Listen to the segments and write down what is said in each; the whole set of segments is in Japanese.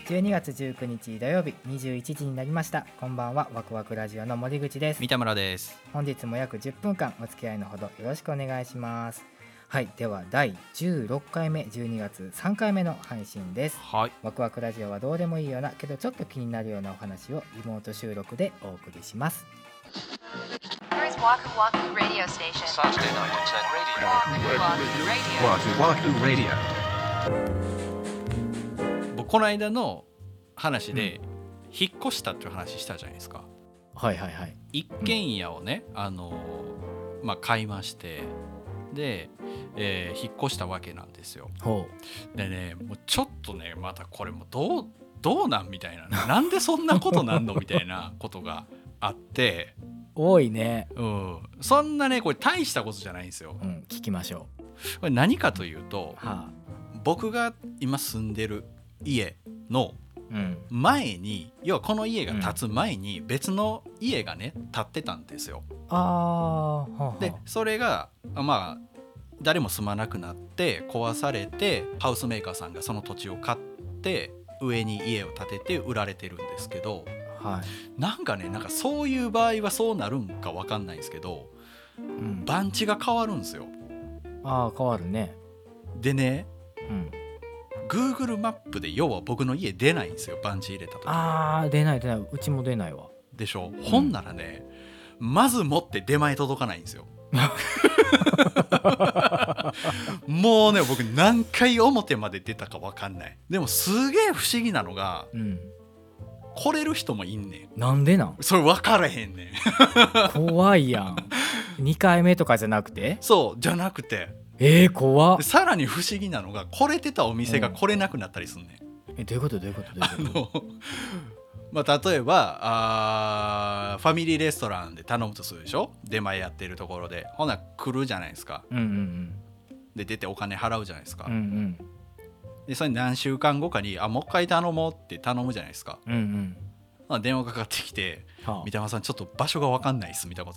12月19日土曜日21時になりました。こんばんは。ワクワクラジオの森口です。 三田村です。 本日も約10分間お付き合いのほどよろしくお願いします。はい、では第16回目12月3回目の配信です。 はい。 ワクワクラジオはどうでもいいようなけどちょっと気になるようなお話をリモート収録でお送りします。 Waku Waku Radio Station. Saturday night at 10 radio. Waku Waku Radio. Waku Radio. 僕この間の話で、引っ越したっていう話したじゃないですか。 はいはいはい。 一軒家をね、買いましてで、引っ越したわけなんですよ。 ほでね、もうちょっとねまたこれもどうなんみたいな、なんでそんなことなんのみたいなことがあって多いね。 そんなねこれ大したことじゃないんですよ。 聞きましょこれ何かというと、僕が今住んでる家の前に、要はこの家が建つ前に別の家がね建ってたんですよ。でそれが誰も住まなくなって壊されて、ハウスメーカーさんがその土地を買って上に家を建てて売られてるんですけど、なんかそういう場合はそうなるんか分かんないんですけど、番地が変わるんですよ。 変わるね。 でね、Google マップで要は僕の家出ないんですよ、番地入れた時。 出ない、うちも出ないわ。 でしょ。ほんならね、まずもって出前届かないんですよ。もうね、僕何回表まで出たか分かんない。でもすげえ不思議なのが、来れる人もいんねん。 なんでなん？ それ分からへんねん。怖いやん。2回目とかじゃなくて？ そうじゃなくて、 怖っ。 さらに不思議なのが、来れてたお店が来れなくなったりすんねん。 どういうこと？例えばファミリーレストランで頼むとするでしょ。出前やってるところで、ほな来るじゃないですか。で出てお金払うじゃないですか。でそれ何週間後かにもう一回頼もうって頼むじゃないですか。電話かかってきて、三田村さんちょっと場所が分かんないっすみたいな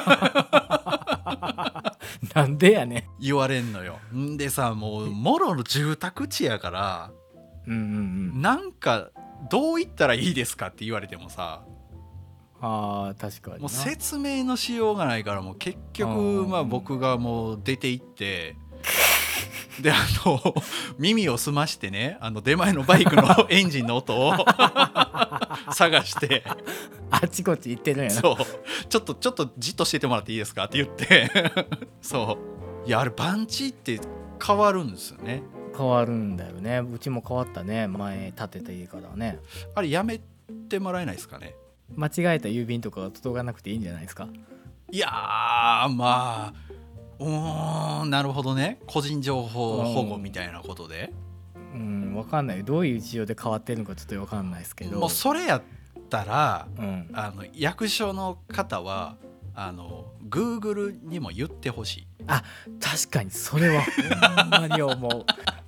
ことなんでやね言われんのよ。んでさ、もうもろの住宅地やから、なんかどう言ったらいいですかって言われてもさ、 確かにもう説明のしようがないから、もう結局僕がもう出て行ってで耳を澄ましてね、出前のバイクのエンジンの音を探してあちこち行ってるんやな。 そう、ちょっとじっとしててもらっていいですかって言ってそう、いやあれ番地って変わるんですよね。 変わるんだよね。うちも変わったね。前建てた家からね。 あれやめてもらえないですかね。 間違えた郵便とかが届かなくていいんじゃないですか。 いやなるほどね。個人情報保護みたいなことで、 分かんない。どういう事情で変わってるのかちょっと分かんないですけど、 もうそれやったら、役所の方はGoogle にも言ってほしい。 確かにそれはほんまに思う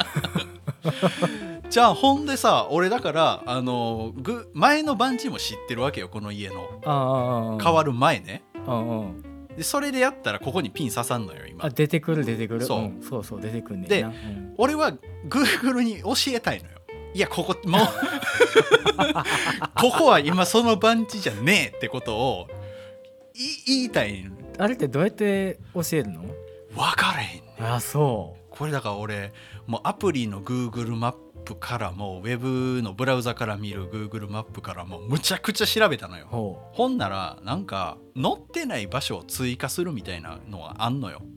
じゃあほんでさ、俺だから前の番地も知ってるわけよ、この家の変わる前ね。でそれでやったらここにピン刺さんのよ今。 出てくる。そう出てくるねんな。 で、俺は Google に教えたいのよ。いやここもうここは今その番地じゃねえってことを言いたい。 あれってどうやって教えるの？ 分からへんね。 そうこれだから俺もうアプリの Google マップからもウェブのブラウザから見る Google マップからもむちゃくちゃ調べたのよ。ほんならなんか載ってない場所を追加するみたいなのがあんのよ。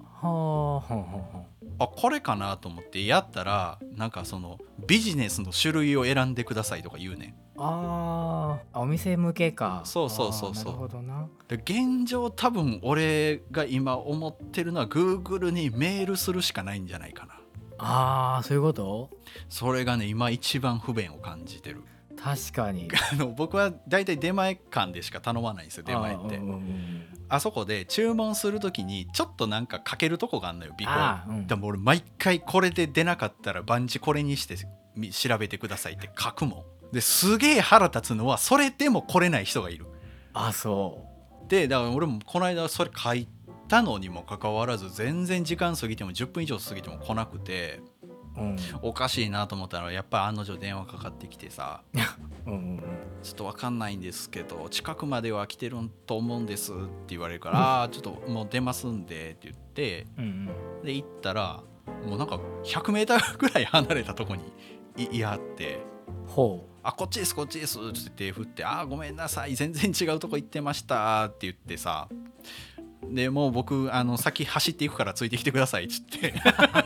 これかなと思ってやったら、なんかそのビジネスの種類を選んでくださいとか言うねん。 お店向けか。 そうなるほどな。 で現状多分俺が今思ってるのは Google にメールするしかないんじゃないかな。 そういうこと？ それがね今一番不便を感じてる。 確かに僕はだいたい出前館でしか頼まないんですよ、出前って。あそこで注文するときにちょっとなんかかけるとこがあんのよ、尾行。でも俺毎回これで出なかったら番地これにして調べてくださいって書くもん。ですげえ腹立つのはそれでも来れない人がいる。 そうでだから俺もこの間それ書いたのにもかかわらず全然時間過ぎても10分以上過ぎても来なくて、 おかしいなと思ったらやっぱり案の定電話かかってきてさちょっと分かんないんですけど近くまでは来てると思うんですって言われるからちょっともう出ますんでって言って、で行ったらもうなんか100メーターぐらい離れたとこにいはって、あこっちですこっちですって手振って、あごめんなさい全然違うとこ行ってましたって言ってさ、でもう僕先走っていくからついてきてくださいっつって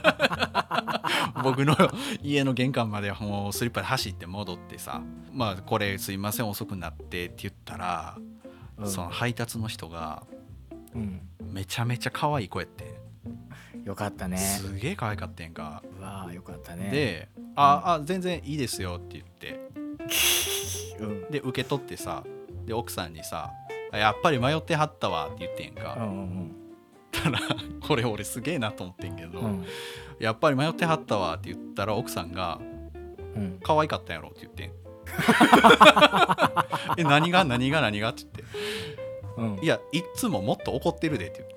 僕の家の玄関までもうスリッパで走って戻ってさ、まあこれすいません遅くなってって言ったら、その配達の人がめちゃめちゃ可愛い子やって、 よかったね、 すげえ可愛かったやんか。 うわーよかったね。 で全然いいですよって言ってで受け取ってさ、で奥さんにさやっぱり迷ってはったわって言ってんか、たらこれ俺すげえなと思ってんけど、やっぱり迷ってはったわって言ったら奥さんが、可愛かったんやろって言ってん何がって言って、いやいっつももっと怒ってるでって言って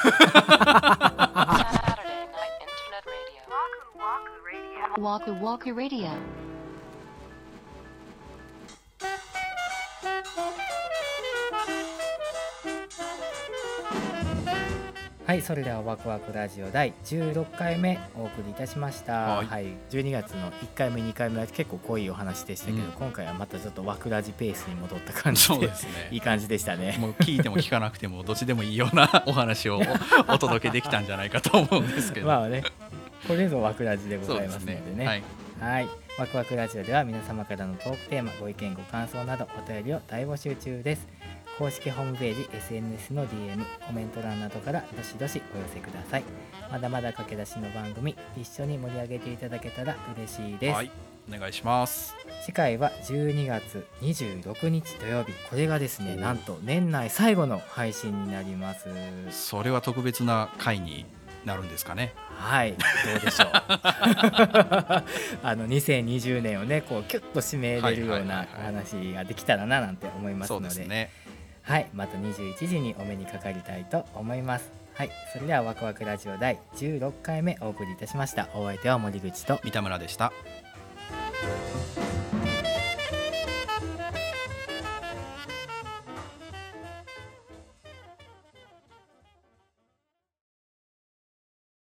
Saturday night internet radio. Waku Waku Radio. はい、それではワクワクラジオ第16回目お送りいたしました。はい、12月の1回目2回目は結構濃いお話でしたけど、今回はまたちょっとワクラジペースに戻った感じで、いい感じでしたね。 もう聞いても聞かなくてもどっちでもいいようなお話をお届けできたんじゃないかと思うんですけどまあね、これぞワクラジでございますのでね。はい、ワクワクラジオでは皆様からのトークテーマ、ご意見ご感想などお便りを大募集中です。公式ホームページ、SNS の DM、コメント欄などからどしどしお寄せください。まだまだ駆け出しの番組、一緒に盛り上げていただけたら嬉しいです。 はい、お願いします。 次回は12月26日土曜日、これがですね、なんと年内最後の配信になります。 それは特別な回になるんですかね。 はい、どうでしょう2020年をねこうキュッと締めれるようなお話ができたらななんて思いますので、 そうですね。 はい、また21時にお目にかかりたいと思います。はい、それではワクワクラジオ第16回目お送りいたしました。お相手は森口と三田村でした。